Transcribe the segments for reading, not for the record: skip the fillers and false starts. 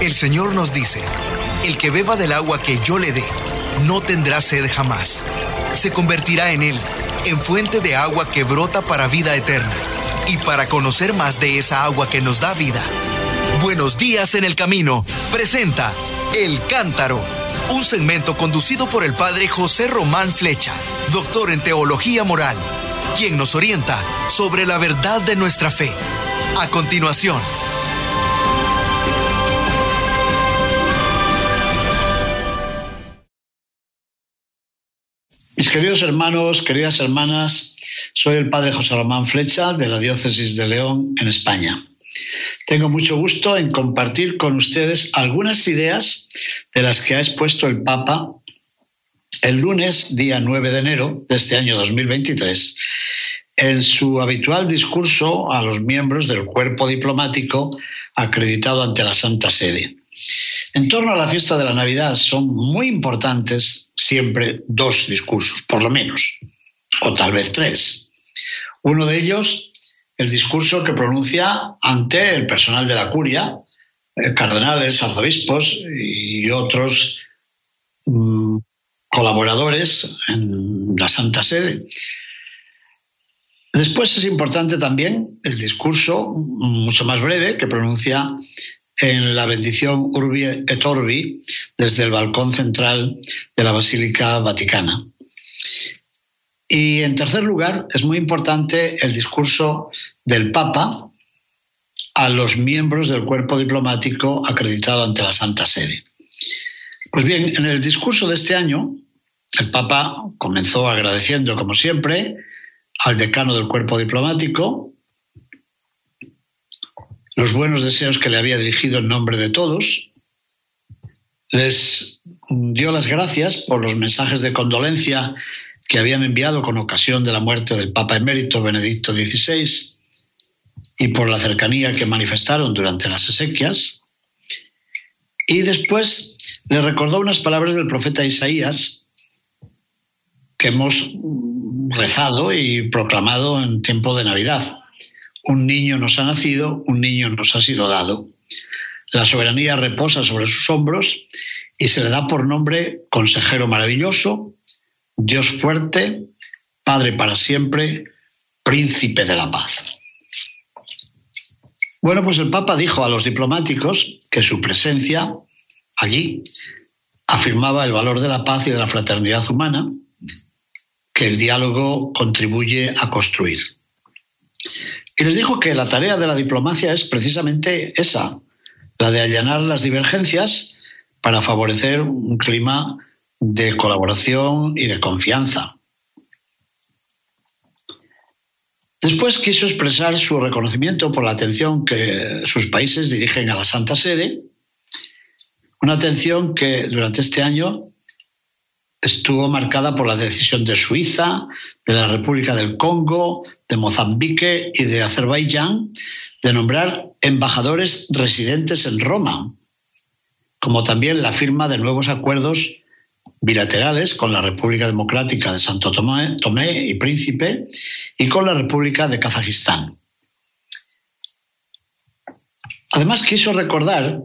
El Señor nos dice: el que beba del agua que yo le dé, no tendrá sed jamás. Se convertirá en él, en fuente de agua que brota para vida eterna. Y para conocer más de esa agua que nos da vida, Buenos Días en el Camino presenta El Cántaro, un segmento conducido por el padre José Román Flecha, doctor en Teología Moral, quien nos orienta sobre la verdad de nuestra fe. A continuación. Mis queridos hermanos, queridas hermanas, soy el padre José Román Flecha de la Diócesis de León, en España. Tengo mucho gusto en compartir con ustedes algunas ideas de las que ha expuesto el Papa el lunes, día 9 de enero de este año 2023, en su habitual discurso a los miembros del cuerpo diplomático acreditado ante la Santa Sede. En torno a la fiesta de la Navidad son muy importantes siempre dos discursos, por lo menos, o tal vez tres. Uno de ellos, el discurso que pronuncia ante el personal de la curia, cardenales, arzobispos y otros colaboradores en la Santa Sede. Después es importante también el discurso mucho más breve que pronuncia en la bendición Urbi et Orbi desde el balcón central de la Basílica Vaticana. Y en tercer lugar, es muy importante el discurso del Papa a los miembros del cuerpo diplomático acreditado ante la Santa Sede. Pues bien, en el discurso de este año, el Papa comenzó agradeciendo, como siempre, al decano del cuerpo diplomático los buenos deseos que le había dirigido en nombre de todos. Les dio las gracias por los mensajes de condolencia que habían enviado con ocasión de la muerte del Papa emérito Benedicto XVI y por la cercanía que manifestaron durante las exequias. Y después le recordó unas palabras del profeta Isaías que hemos rezado y proclamado en tiempo de Navidad. Un niño nos ha nacido, un niño nos ha sido dado. La soberanía reposa sobre sus hombros y se le da por nombre Consejero Maravilloso, Dios Fuerte, Padre para siempre, Príncipe de la Paz. Bueno, pues el Papa dijo a los diplomáticos que su presencia allí afirmaba el valor de la paz y de la fraternidad humana, que el diálogo contribuye a construir. Y les dijo que la tarea de la diplomacia es precisamente esa, la de allanar las divergencias para favorecer un clima de colaboración y de confianza. Después quiso expresar su reconocimiento por la atención que sus países dirigen a la Santa Sede, una atención que durante este año estuvo marcada por la decisión de Suiza, de la República del Congo, de Mozambique y de Azerbaiyán de nombrar embajadores residentes en Roma, como también la firma de nuevos acuerdos bilaterales con la República Democrática de Santo Tomé y Príncipe y con la República de Kazajistán. Además, quiso recordar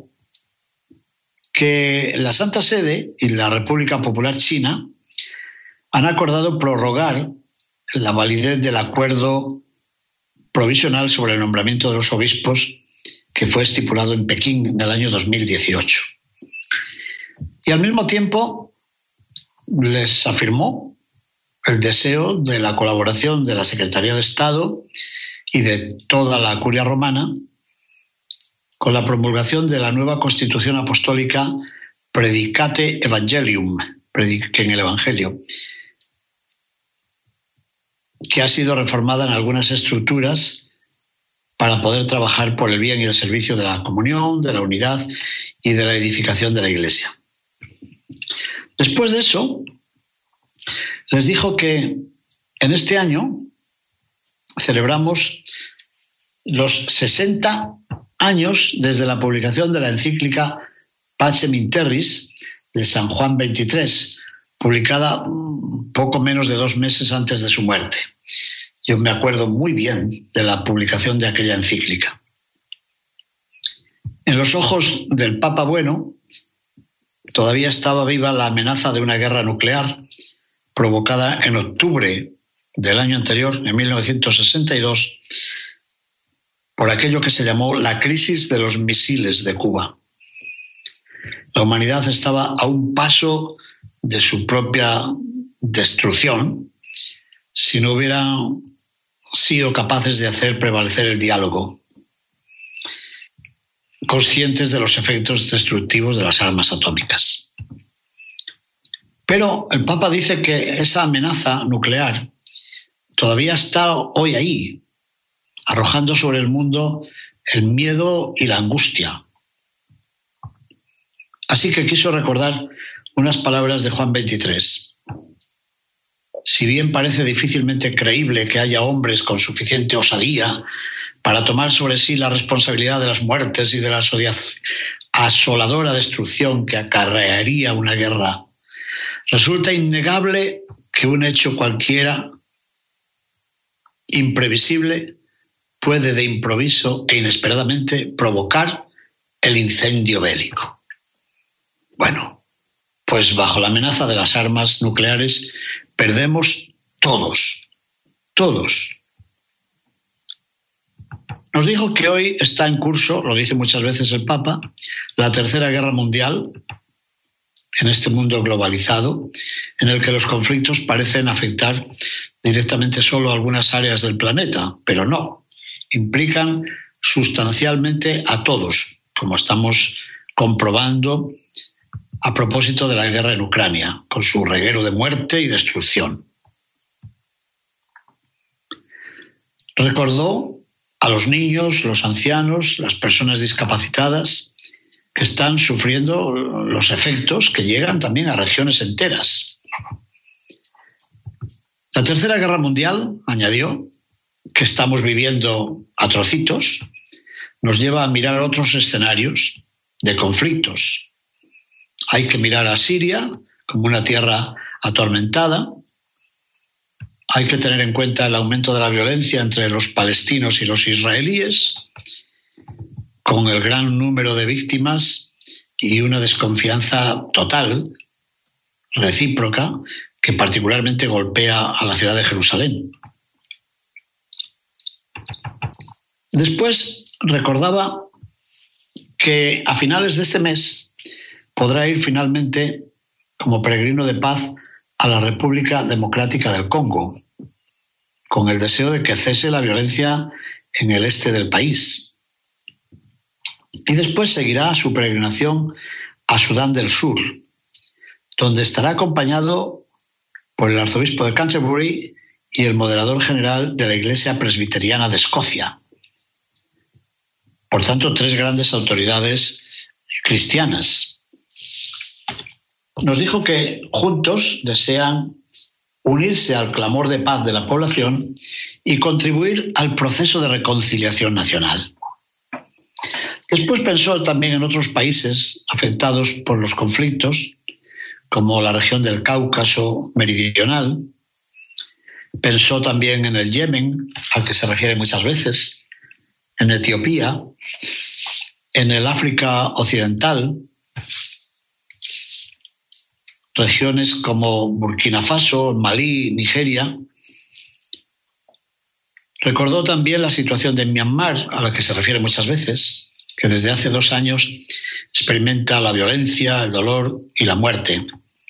que la Santa Sede y la República Popular China han acordado prorrogar la validez del acuerdo provisional sobre el nombramiento de los obispos que fue estipulado en Pekín en el año 2018. Y al mismo tiempo les afirmó el deseo de la colaboración de la Secretaría de Estado y de toda la Curia Romana con la promulgación de la nueva Constitución Apostólica Predicate Evangelium, prediquen el Evangelio, que ha sido reformada en algunas estructuras para poder trabajar por el bien y el servicio de la comunión, de la unidad y de la edificación de la Iglesia. Después de eso, les dijo que en este año celebramos los 60 años desde la publicación de la encíclica Pacem in Terris de San Juan XXIII, publicada poco menos de 2 meses antes de su muerte. Yo me acuerdo muy bien de la publicación de aquella encíclica. En los ojos del Papa Bueno, todavía estaba viva la amenaza de una guerra nuclear provocada en octubre del año anterior, en 1962, por aquello que se llamó la crisis de los misiles de Cuba. La humanidad estaba a un paso de su propia destrucción si no hubieran sido capaces de hacer prevalecer el diálogo, conscientes de los efectos destructivos de las armas atómicas. Pero el Papa dice que esa amenaza nuclear todavía está hoy ahí, arrojando sobre el mundo el miedo y la angustia. Así que quiso recordar unas palabras de Juan 23. Si bien parece difícilmente creíble que haya hombres con suficiente osadía para tomar sobre sí la responsabilidad de las muertes y de la asoladora destrucción que acarrearía una guerra, resulta innegable que un hecho cualquiera, imprevisible, puede de improviso e inesperadamente provocar el incendio bélico. Bueno, pues bajo la amenaza de las armas nucleares perdemos todos. Nos dijo que hoy está en curso, lo dice muchas veces el Papa, la Tercera Guerra Mundial en este mundo globalizado, en el que los conflictos parecen afectar directamente solo a algunas áreas del planeta, pero no, implican sustancialmente a todos, como estamos comprobando a propósito de la guerra en Ucrania, con su reguero de muerte y destrucción. Recordó a los niños, los ancianos, las personas discapacitadas que están sufriendo los efectos que llegan también a regiones enteras. La Tercera Guerra Mundial, añadió, que estamos viviendo a trocitos, nos lleva a mirar otros escenarios de conflictos. Hay que mirar a Siria como una tierra atormentada. Hay que tener en cuenta el aumento de la violencia entre los palestinos y los israelíes, con el gran número de víctimas y una desconfianza total, recíproca, que particularmente golpea a la ciudad de Jerusalén. Después recordaba que a finales de este mes podrá ir finalmente como peregrino de paz a la República Democrática del Congo, con el deseo de que cese la violencia en el este del país. Y después seguirá su peregrinación a Sudán del Sur, donde estará acompañado por el arzobispo de Canterbury y el moderador general de la Iglesia Presbiteriana de Escocia. Por tanto, 3 grandes autoridades cristianas. Nos dijo que juntos desean unirse al clamor de paz de la población y contribuir al proceso de reconciliación nacional. Después pensó también en otros países afectados por los conflictos, como la región del Cáucaso meridional. Pensó también en el Yemen, al que se refiere muchas veces, en Etiopía, en el África Occidental, regiones como Burkina Faso, Malí, Nigeria. Recordó también la situación de Myanmar, a la que se refiere muchas veces, que desde hace 2 años experimenta la violencia, el dolor y la muerte.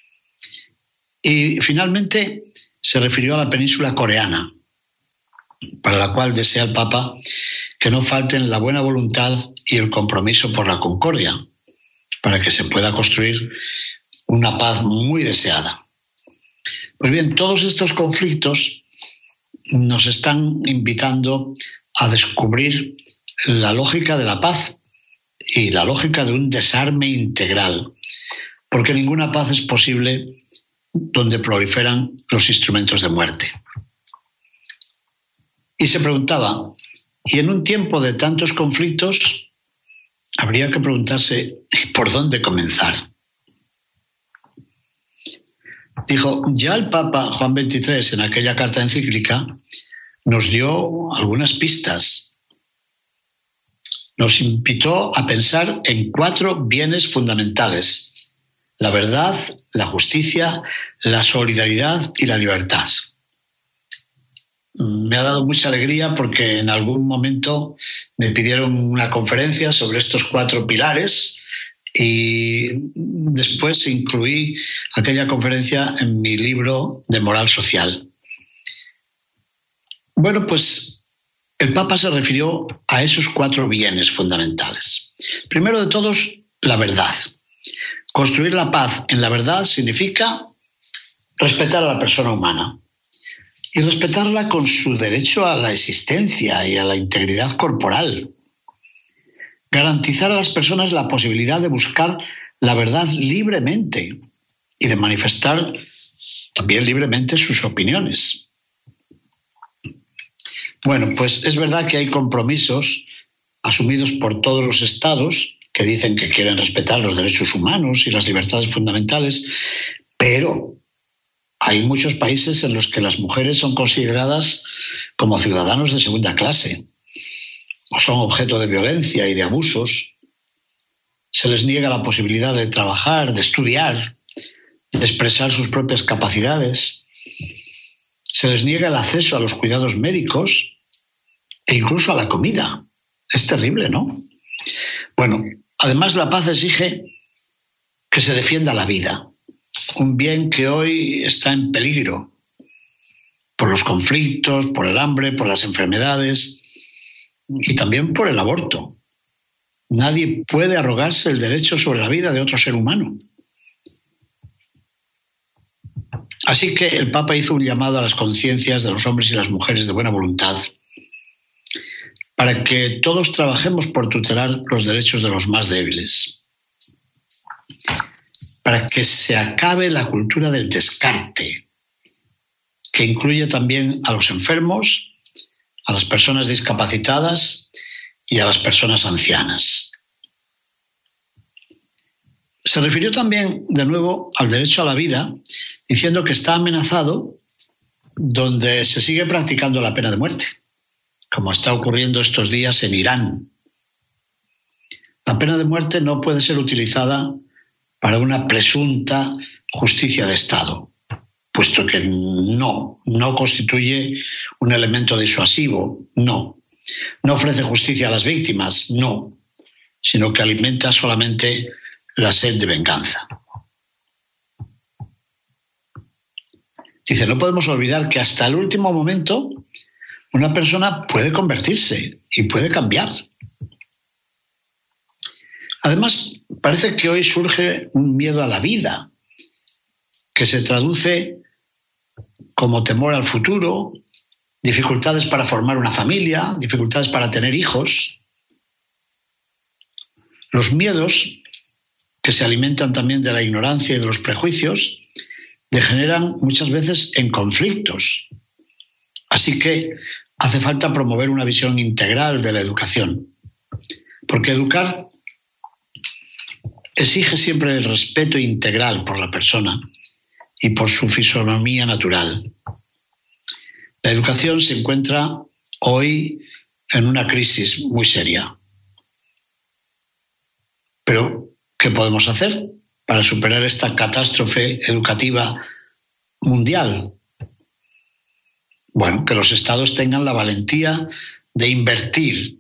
Y finalmente se refirió a la península coreana, para la cual desea el Papa que no falten la buena voluntad y el compromiso por la concordia, para que se pueda construir una paz muy deseada. Pues bien, todos estos conflictos nos están invitando a descubrir la lógica de la paz y la lógica de un desarme integral, porque ninguna paz es posible donde proliferan los instrumentos de muerte. Y se preguntaba, ¿y en un tiempo de tantos conflictos habría que preguntarse por dónde comenzar? Dijo, ya el Papa Juan XXIII en aquella carta encíclica nos dio algunas pistas. nos invitó a pensar en 4 bienes fundamentales: la verdad, la justicia, la solidaridad y la libertad. Me ha dado mucha alegría porque en algún momento me pidieron una conferencia sobre estos 4 pilares y después incluí aquella conferencia en mi libro de moral social. Bueno, pues el Papa se refirió a esos 4 bienes fundamentales. Primero de todos, la verdad. Construir la paz en la verdad significa respetar a la persona humana y respetarla con su derecho a la existencia y a la integridad corporal. Garantizar a las personas la posibilidad de buscar la verdad libremente y de manifestar también libremente sus opiniones. Bueno, pues es verdad que hay compromisos asumidos por todos los estados que dicen que quieren respetar los derechos humanos y las libertades fundamentales, pero hay muchos países en los que las mujeres son consideradas como ciudadanos de segunda clase o son objeto de violencia y de abusos. Se les niega la posibilidad de trabajar, de estudiar, de expresar sus propias capacidades. Se les niega el acceso a los cuidados médicos e incluso a la comida. Es terrible, ¿no? Bueno, además la paz exige que se defienda la vida, un bien que hoy está en peligro por los conflictos, por el hambre, por las enfermedades y también por el aborto. Nadie puede arrogarse el derecho sobre la vida de otro ser humano. Así que el Papa hizo un llamado a las conciencias de los hombres y las mujeres de buena voluntad para que todos trabajemos por tutelar los derechos de los más débiles, para que se acabe la cultura del descarte, que incluye también a los enfermos, a las personas discapacitadas y a las personas ancianas. Se refirió también de nuevo al derecho a la vida, diciendo que está amenazado donde se sigue practicando la pena de muerte, como está ocurriendo estos días en Irán. La pena de muerte no puede ser utilizada para una presunta justicia de Estado, puesto que no constituye un elemento disuasivo, no ofrece justicia a las víctimas, no, sino que alimenta solamente la sed de venganza. Dice, no podemos olvidar que hasta el último momento una persona puede convertirse y puede cambiar. Además, parece que hoy surge un miedo a la vida, que se traduce como temor al futuro, dificultades para formar una familia, dificultades para tener hijos. Los miedos, que se alimentan también de la ignorancia y de los prejuicios, degeneran muchas veces en conflictos. Así que hace falta promover una visión integral de la educación, porque educar exige siempre el respeto integral por la persona y por su fisonomía natural. La educación se encuentra hoy en una crisis muy seria. Pero, ¿qué podemos hacer para superar esta catástrofe educativa mundial? Bueno, que los estados tengan la valentía de invertir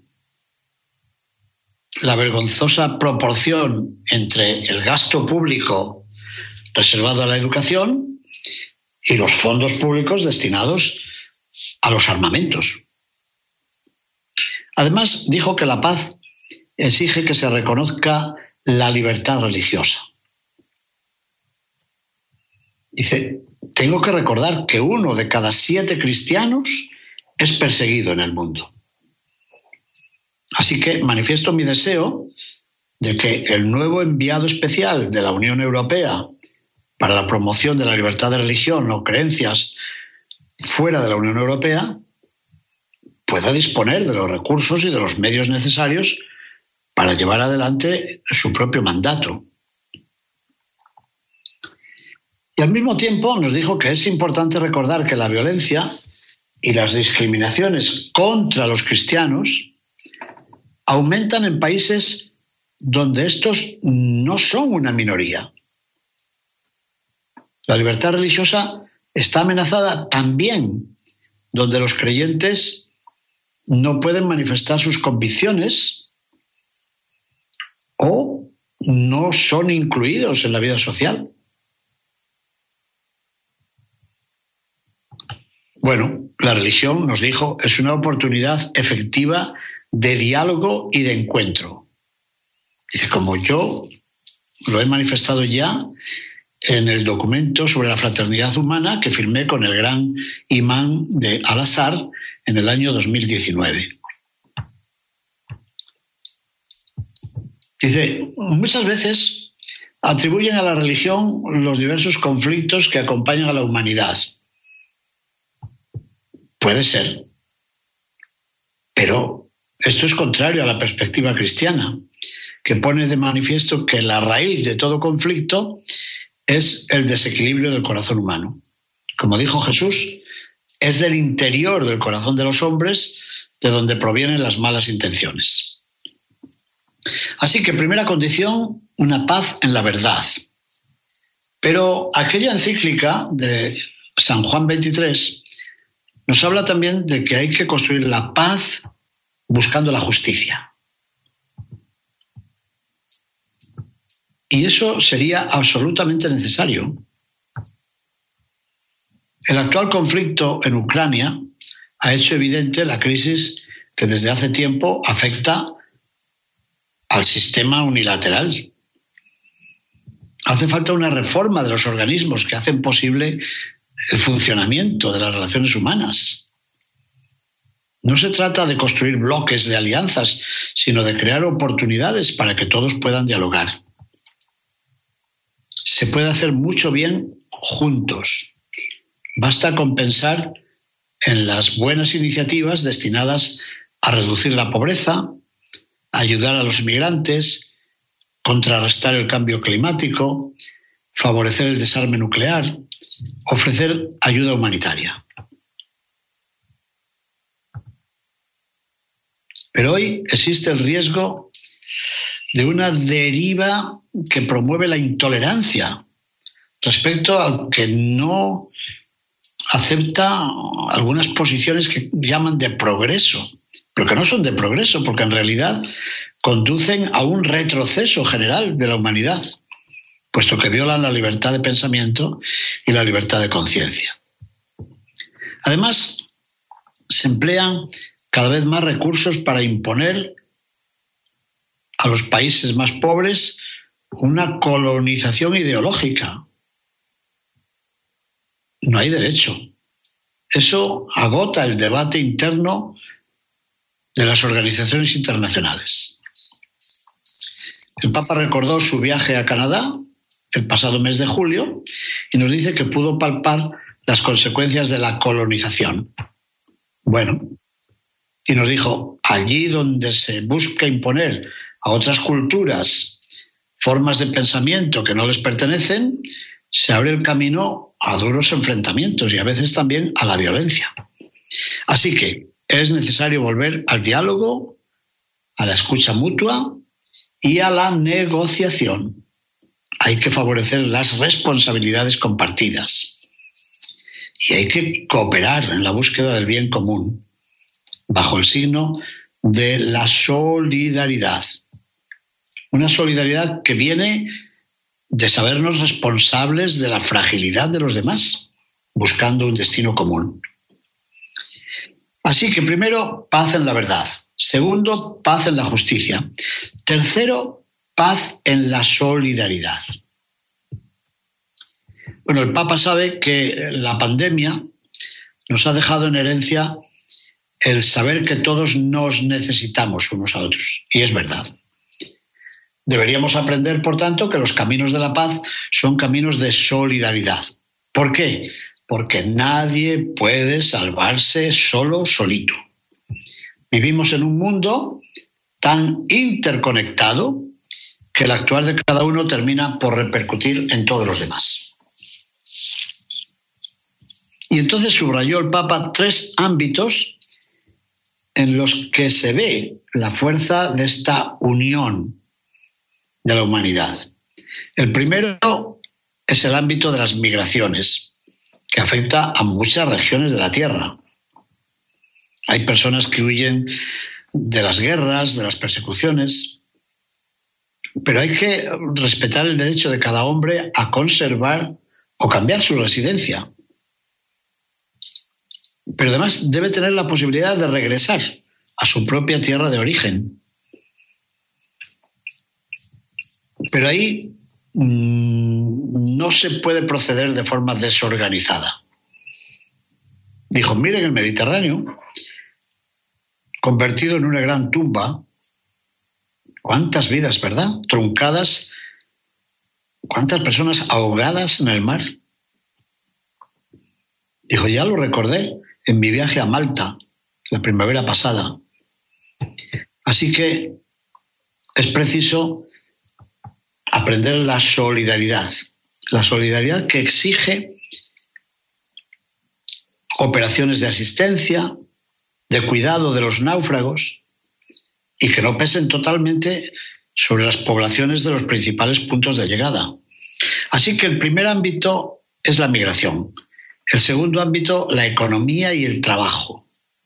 la vergonzosa proporción entre el gasto público reservado a la educación y los fondos públicos destinados a los armamentos. Además, dijo que la paz exige que se reconozca la libertad religiosa. Dice, tengo que recordar que 1 de cada 7 cristianos es perseguido en el mundo. Así que manifiesto mi deseo de que el nuevo enviado especial de la Unión Europea para la promoción de la libertad de religión o creencias fuera de la Unión Europea pueda disponer de los recursos y de los medios necesarios para llevar adelante su propio mandato. Y al mismo tiempo nos dijo que es importante recordar que la violencia y las discriminaciones contra los cristianos aumentan en países donde estos no son una minoría. La libertad religiosa está amenazada también donde los creyentes no pueden manifestar sus convicciones o no son incluidos en la vida social. Bueno, la religión, nos dijo, es una oportunidad efectiva de diálogo y de encuentro. Dice, como yo lo he manifestado ya en el documento sobre la fraternidad humana que firmé con el gran imán de Al-Azhar en el año 2019. Dice, muchas veces atribuyen a la religión los diversos conflictos que acompañan a la humanidad. Puede ser, pero esto es contrario a la perspectiva cristiana, que pone de manifiesto que la raíz de todo conflicto es el desequilibrio del corazón humano. Como dijo Jesús, es del interior del corazón de los hombres de donde provienen las malas intenciones. Así que primera condición, una paz en la verdad. Pero aquella encíclica de San Juan 23 nos habla también de que hay que construir la paz buscando la justicia. Y eso sería absolutamente necesario. El actual conflicto en Ucrania ha hecho evidente la crisis que desde hace tiempo afecta al sistema unilateral. Hace falta una reforma de los organismos que hacen posible el funcionamiento de las relaciones humanas. No se trata de construir bloques de alianzas, sino de crear oportunidades para que todos puedan dialogar. Se puede hacer mucho bien juntos. Basta con pensar en las buenas iniciativas destinadas a reducir la pobreza, ayudar a los inmigrantes, contrarrestar el cambio climático, favorecer el desarme nuclear, ofrecer ayuda humanitaria. Pero hoy existe el riesgo de una deriva que promueve la intolerancia respecto al que no acepta algunas posiciones que llaman de progreso, pero que no son de progreso, porque en realidad conducen a un retroceso general de la humanidad, puesto que violan la libertad de pensamiento y la libertad de conciencia. Además, se emplean cada vez más recursos para imponer a los países más pobres una colonización ideológica. No hay derecho. Eso agota el debate interno de las organizaciones internacionales. El Papa recordó su viaje a Canadá el pasado mes de julio y nos dice que pudo palpar las consecuencias de la colonización. Bueno, y nos dijo, allí donde se busca imponer a otras culturas formas de pensamiento que no les pertenecen, se abre el camino a duros enfrentamientos y a veces también a la violencia. Así que es necesario volver al diálogo, a la escucha mutua y a la negociación. Hay que favorecer las responsabilidades compartidas y hay que cooperar en la búsqueda del bien común bajo el signo de la solidaridad. Una solidaridad que viene de sabernos responsables de la fragilidad de los demás, buscando un destino común. Así que primero, paz en la verdad. Segundo, paz en la justicia. Tercero, paz en la solidaridad. Bueno, el Papa sabe que la pandemia nos ha dejado en herencia el saber que todos nos necesitamos unos a otros. Y es verdad. Deberíamos aprender, por tanto, que los caminos de la paz son caminos de solidaridad. ¿Por qué? Porque nadie puede salvarse solito. Vivimos en un mundo tan interconectado que el actuar de cada uno termina por repercutir en todos los demás. Y entonces subrayó el Papa 3 ámbitos en los que se ve la fuerza de esta unión de la humanidad. El primero es el ámbito de las migraciones, que afecta a muchas regiones de la Tierra. Hay personas que huyen de las guerras, de las persecuciones, pero hay que respetar el derecho de cada hombre a conservar o cambiar su residencia. Pero además debe tener la posibilidad de regresar a su propia tierra de origen. Pero ahí no se puede proceder de forma desorganizada. Dijo, miren el Mediterráneo, convertido en una gran tumba, cuántas vidas, ¿verdad? Truncadas, cuántas personas ahogadas en el mar. Dijo, ya lo recordé en mi viaje a Malta, la primavera pasada. Así que es preciso aprender la solidaridad que exige operaciones de asistencia, de cuidado de los náufragos y que no pesen totalmente sobre las poblaciones de los principales puntos de llegada. Así que el primer ámbito es la migración. El segundo ámbito, la economía y el trabajo.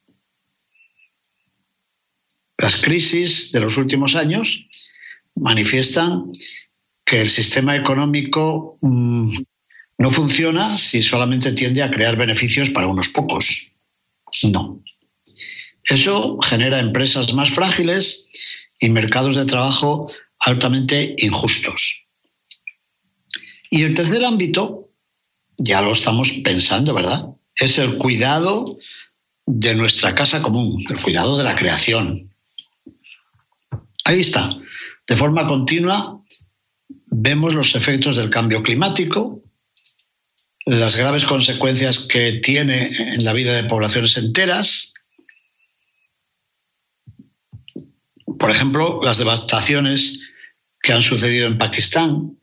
Las crisis de los últimos años manifiestan que el sistema económico no funciona si solamente tiende a crear beneficios para unos pocos. No. Eso genera empresas más frágiles y mercados de trabajo altamente injustos. Y el tercer ámbito, ya lo estamos pensando, ¿verdad? Es el cuidado de nuestra casa común, el cuidado de la creación. Ahí está. De forma continua vemos los efectos del cambio climático, las graves consecuencias que tiene en la vida de poblaciones enteras. Por ejemplo, las devastaciones que han sucedido en Pakistán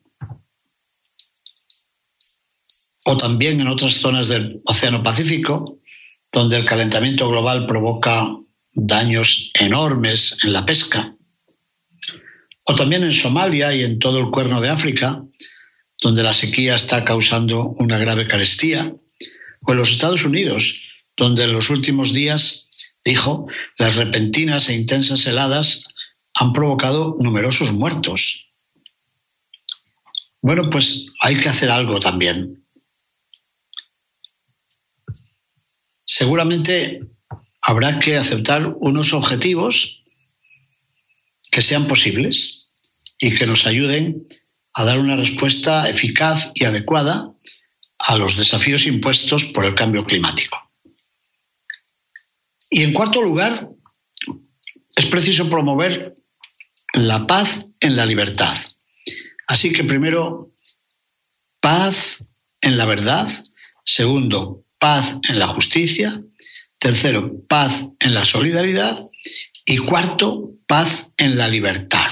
o también en otras zonas del Océano Pacífico, donde el calentamiento global provoca daños enormes en la pesca, o también en Somalia y en todo el Cuerno de África, donde la sequía está causando una grave carestía, o en los Estados Unidos, donde en los últimos días, dijo, las repentinas e intensas heladas han provocado numerosos muertos. Bueno, pues hay que hacer algo también. Seguramente habrá que aceptar unos objetivos que sean posibles y que nos ayuden a dar una respuesta eficaz y adecuada a los desafíos impuestos por el cambio climático. Y en cuarto lugar, es preciso promover la paz en la libertad. Así que primero, paz en la verdad. Segundo, paz en la justicia. Tercero, paz en la solidaridad. Y cuarto, paz en la libertad.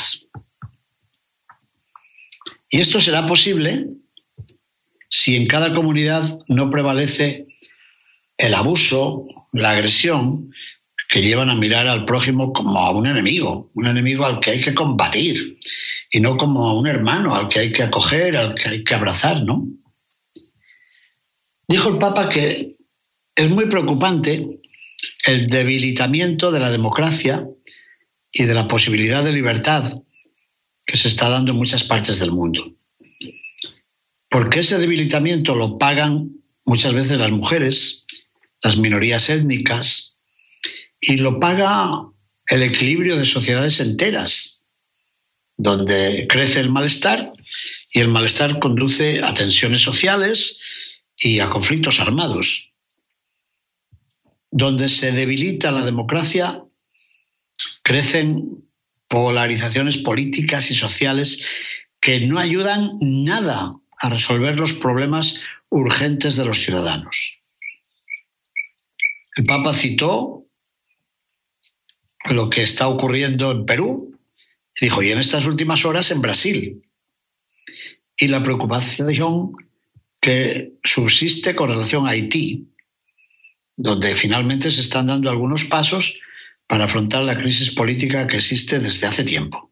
Y esto será posible si en cada comunidad no prevalece el abuso, la agresión, que llevan a mirar al prójimo como a un enemigo al que hay que combatir, y no como a un hermano al que hay que acoger, al que hay que abrazar, ¿no? Dijo el Papa que es muy preocupante el debilitamiento de la democracia y de la posibilidad de libertad que se está dando en muchas partes del mundo. Porque ese debilitamiento lo pagan muchas veces las mujeres, las minorías étnicas, y lo paga el equilibrio de sociedades enteras, donde crece el malestar y el malestar conduce a tensiones sociales y a conflictos armados. Donde se debilita la democracia, crecen polarizaciones políticas y sociales que no ayudan nada a resolver los problemas urgentes de los ciudadanos. El Papa citó lo que está ocurriendo en Perú, y dijo, y en estas últimas horas en Brasil, y la preocupación que subsiste con relación a Haití, donde finalmente se están dando algunos pasos para afrontar la crisis política que existe desde hace tiempo.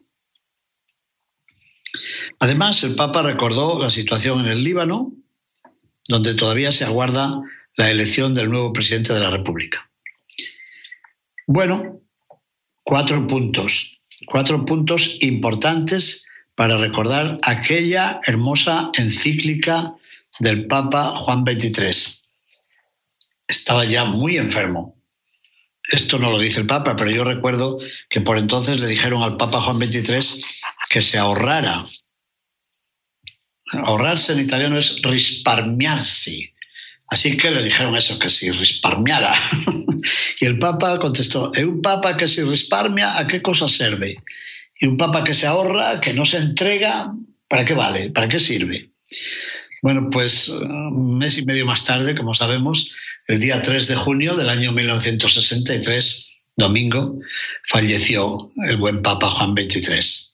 Además, el Papa recordó la situación en el Líbano, donde todavía se aguarda la elección del nuevo presidente de la República. Bueno, 4 puntos importantes para recordar aquella hermosa encíclica del Papa Juan XXIII. Estaba ya muy enfermo. Esto no lo dice el Papa, pero yo recuerdo que por entonces le dijeron al Papa Juan XXIII que se ahorrara. Ahorrarse en italiano es risparmiarsi. Así que le dijeron eso, que si risparmiara. Y el Papa contestó, ¿es un Papa que si risparmia, a qué cosa sirve? Y un Papa que se ahorra, que no se entrega, ¿para qué vale? ¿Para qué sirve? Bueno, pues un mes y medio más tarde, como sabemos, el día 3 de junio del año 1963, domingo, falleció el buen Papa Juan XXIII.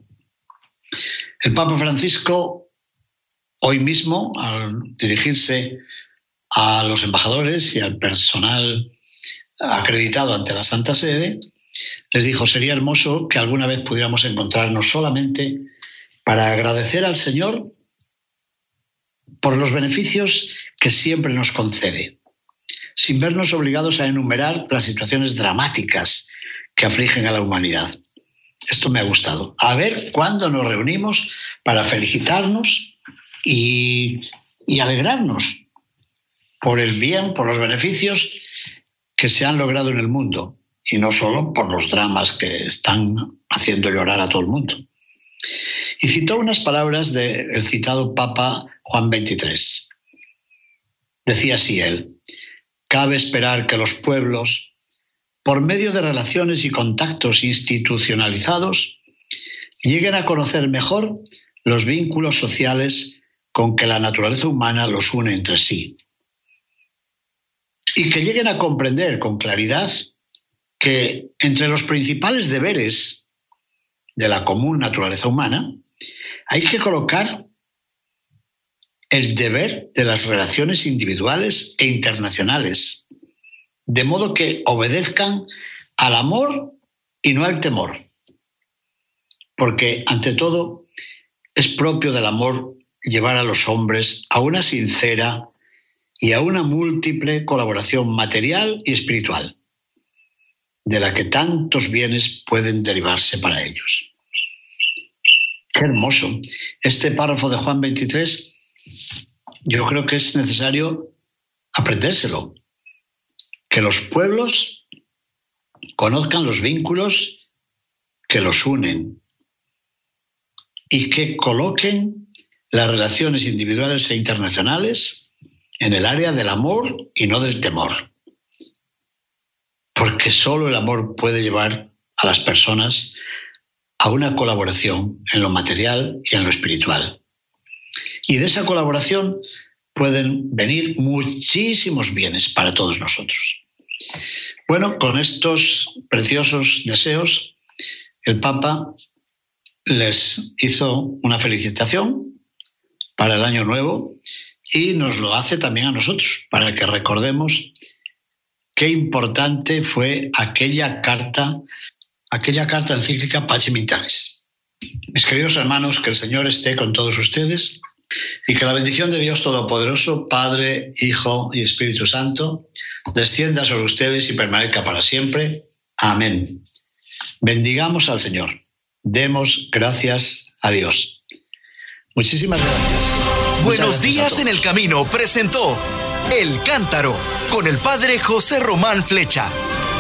El Papa Francisco, hoy mismo, al dirigirse a los embajadores y al personal acreditado ante la Santa Sede, les dijo, sería hermoso que alguna vez pudiéramos encontrarnos solamente para agradecer al Señor por los beneficios que siempre nos concede, sin vernos obligados a enumerar las situaciones dramáticas que afligen a la humanidad. Esto me ha gustado. A ver cuándo nos reunimos para felicitarnos y alegrarnos por el bien, por los beneficios que se han logrado en el mundo, y no solo por los dramas que están haciendo llorar a todo el mundo. Y citó unas palabras del citado Papa Juan XXIII. Decía así él, cabe esperar que los pueblos, por medio de relaciones y contactos institucionalizados, lleguen a conocer mejor los vínculos sociales con que la naturaleza humana los une entre sí. Y que lleguen a comprender con claridad que entre los principales deberes de la común naturaleza humana hay que colocar el deber de las relaciones individuales e internacionales, de modo que obedezcan al amor y no al temor. Porque, ante todo, es propio del amor llevar a los hombres a una sincera y a una múltiple colaboración material y espiritual, de la que tantos bienes pueden derivarse para ellos. ¡Qué hermoso! Este párrafo de Juan XXIII yo creo que es necesario aprendérselo, que los pueblos conozcan los vínculos que los unen y que coloquen las relaciones individuales e internacionales en el área del amor y no del temor. Porque solo el amor puede llevar a las personas a una colaboración en lo material y en lo espiritual. Y de esa colaboración pueden venir muchísimos bienes para todos nosotros. Bueno, con estos preciosos deseos, el Papa les hizo una felicitación para el año nuevo y nos lo hace también a nosotros, para que recordemos qué importante fue aquella carta encíclica Pacem in Terris. Mis queridos hermanos, que el Señor esté con todos ustedes y que la bendición de Dios Todopoderoso, Padre, Hijo y Espíritu Santo, descienda sobre ustedes y permanezca para siempre. Amén. Bendigamos al Señor. Demos gracias a Dios. Muchísimas gracias. Buenos días en el camino presentó El Cántaro con el Padre José Román Flecha.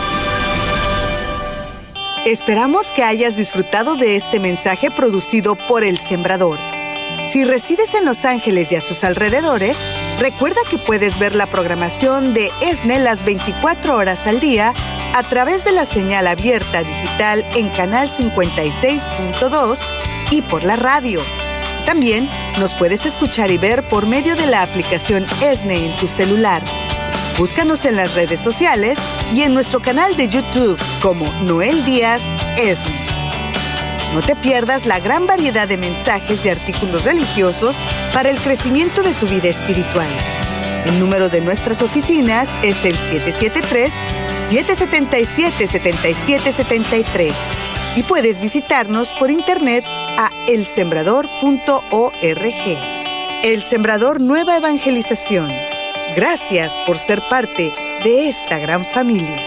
Esperamos que hayas disfrutado de este mensaje producido por El Sembrador. Si resides en Los Ángeles y a sus alrededores, recuerda que puedes ver la programación de ESNE las 24 horas al día a través de la señal abierta digital en Canal 56.2 y por la radio. También nos puedes escuchar y ver por medio de la aplicación ESNE en tu celular. Búscanos en las redes sociales y en nuestro canal de YouTube como Noel Díaz ESNE. No te pierdas la gran variedad de mensajes y artículos religiosos para el crecimiento de tu vida espiritual. El número de nuestras oficinas es el 777-7773. Y puedes visitarnos por internet a elsembrador.org. El Sembrador Nueva Evangelización. Gracias por ser parte de esta gran familia.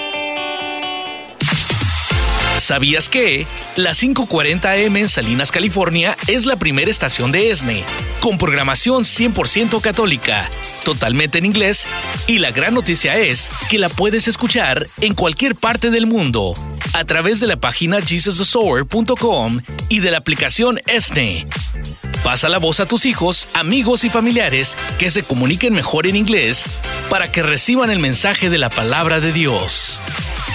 ¿Sabías que la 540 AM en Salinas, California, es la primera estación de ESNE, con programación 100% católica, totalmente en inglés, y la gran noticia es que la puedes escuchar en cualquier parte del mundo, a través de la página JesusTheSower.com y de la aplicación ESNE. Pasa la voz a tus hijos, amigos y familiares que se comuniquen mejor en inglés para que reciban el mensaje de la palabra de Dios.